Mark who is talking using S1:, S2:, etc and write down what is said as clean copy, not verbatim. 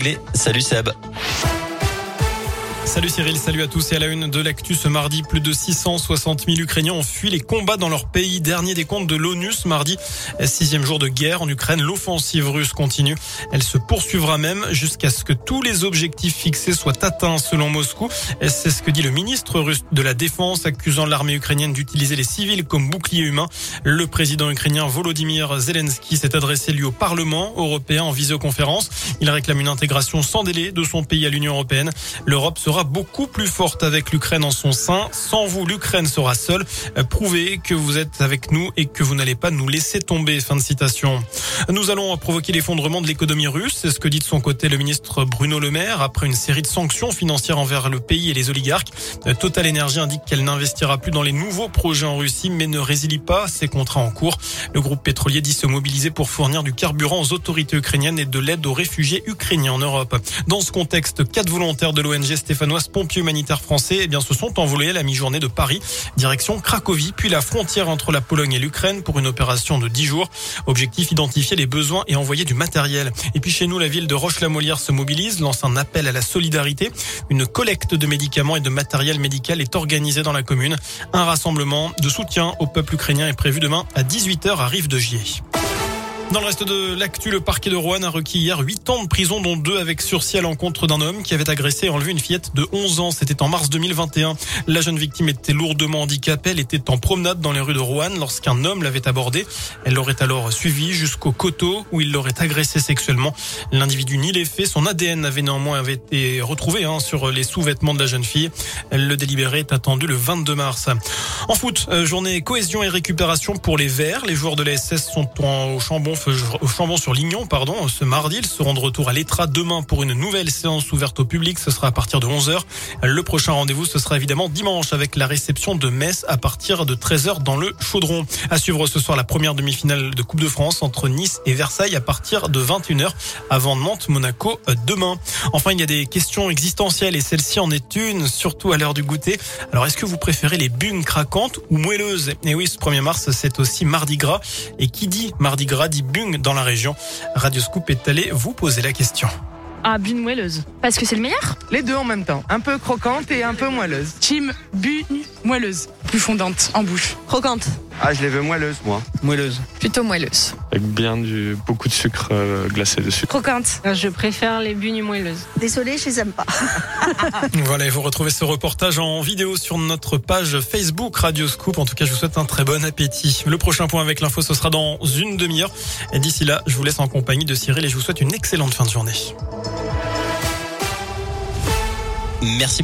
S1: télé. Salut Seb.
S2: Salut Cyril, salut à tous et à la une de l'actu ce mardi, plus de 660 000 Ukrainiens ont fui les combats dans leur pays. Dernier décompte de l'ONU ce mardi, 6e jour de guerre en Ukraine. L'offensive russe continue. Elle se poursuivra même jusqu'à ce que tous les objectifs fixés soient atteints selon Moscou. C'est ce que dit le ministre russe de la Défense, accusant l'armée ukrainienne d'utiliser les civils comme bouclier humain. Le président ukrainien Volodymyr Zelensky s'est adressé lui au Parlement européen en visioconférence. Il réclame une intégration sans délai de son pays à l'Union européenne. L'Europe sera beaucoup plus forte avec l'Ukraine en son sein. Sans vous, l'Ukraine sera seule. Prouvez que vous êtes avec nous et que vous n'allez pas nous laisser tomber. Fin de citation. Nous allons provoquer l'effondrement de l'économie russe. C'est ce que dit de son côté le ministre Bruno Le Maire après une série de sanctions financières envers le pays et les oligarques. Total Energy indique qu'elle n'investira plus dans les nouveaux projets en Russie mais ne résilie pas ses contrats en cours. Le groupe pétrolier dit se mobiliser pour fournir du carburant aux autorités ukrainiennes et de l'aide aux réfugiés ukrainiens en Europe. Dans ce contexte, 4 volontaires de l'ONG stéphanoise pompiers humanitaires français se sont envolés à la mi-journée de Paris, direction Cracovie, puis la frontière entre la Pologne et l'Ukraine pour une opération de 10 jours. Objectif, identifier les besoins et envoyer du matériel. Et puis chez nous, la ville de Roche-la-Molière se mobilise, lance un appel à la solidarité. Une collecte de médicaments et de matériel médical est organisée dans la commune. Un rassemblement de soutien au peuple ukrainien est prévu demain à 18h à Rive-de-Gier. Dans le reste de l'actu, le parquet de Roanne a requis hier 8 ans de prison, dont 2 avec sursis à l'encontre d'un homme qui avait agressé et enlevé une fillette de 11 ans. C'était en mars 2021. La jeune victime était lourdement handicapée. Elle était en promenade dans les rues de Roanne lorsqu'un homme l'avait abordée. Elle l'aurait alors suivi jusqu'au coteau où il l'aurait agressée sexuellement. L'individu nie les faits. Son ADN avait néanmoins été retrouvé sur les sous-vêtements de la jeune fille. Le délibéré est attendu le 22 mars. En foot, journée cohésion et récupération pour les Verts. Les joueurs de la SS sont au Chambon-sur-Lignon, ce mardi. Ils seront de retour à l'Étra demain pour une nouvelle séance ouverte au public. Ce sera à partir de 11h. Le prochain rendez-vous, ce sera évidemment dimanche avec la réception de Metz à partir de 13h dans le Chaudron. À suivre ce soir la première demi-finale de Coupe de France entre Nice et Versailles à partir de 21h avant Nantes-Monaco demain. Enfin, il y a des questions existentielles et celle-ci en est une, surtout à l'heure du goûter. Alors, est-ce que vous préférez les bunes craquantes ou moelleuses? Et oui, ce 1er mars, c'est aussi Mardi Gras. Et qui dit Mardi Gras dit bung dans la région. Radio Scoop est allé vous poser la question.
S3: Ah, bune moelleuse. Parce que c'est le meilleur?
S4: Les deux en même temps. Un peu croquante et un peu moelleuse.
S3: Team bune moelleuse. Plus fondante en bouche. Croquante.
S5: Ah, je les veux moelleuses, moi.
S6: Moelleuse.
S3: Plutôt moelleuse.
S7: Avec beaucoup de sucre glacé dessus.
S3: Croquante.
S8: Je préfère les bugnes moelleuses.
S9: Désolée, je les aime pas.
S2: Voilà, et vous retrouvez ce reportage en vidéo sur notre page Facebook Radio Scoop. En tout cas, je vous souhaite un très bon appétit. Le prochain point avec l'info, ce sera dans une demi-heure. Et d'ici là, je vous laisse en compagnie de Cyril et je vous souhaite une excellente fin de journée.
S1: Merci.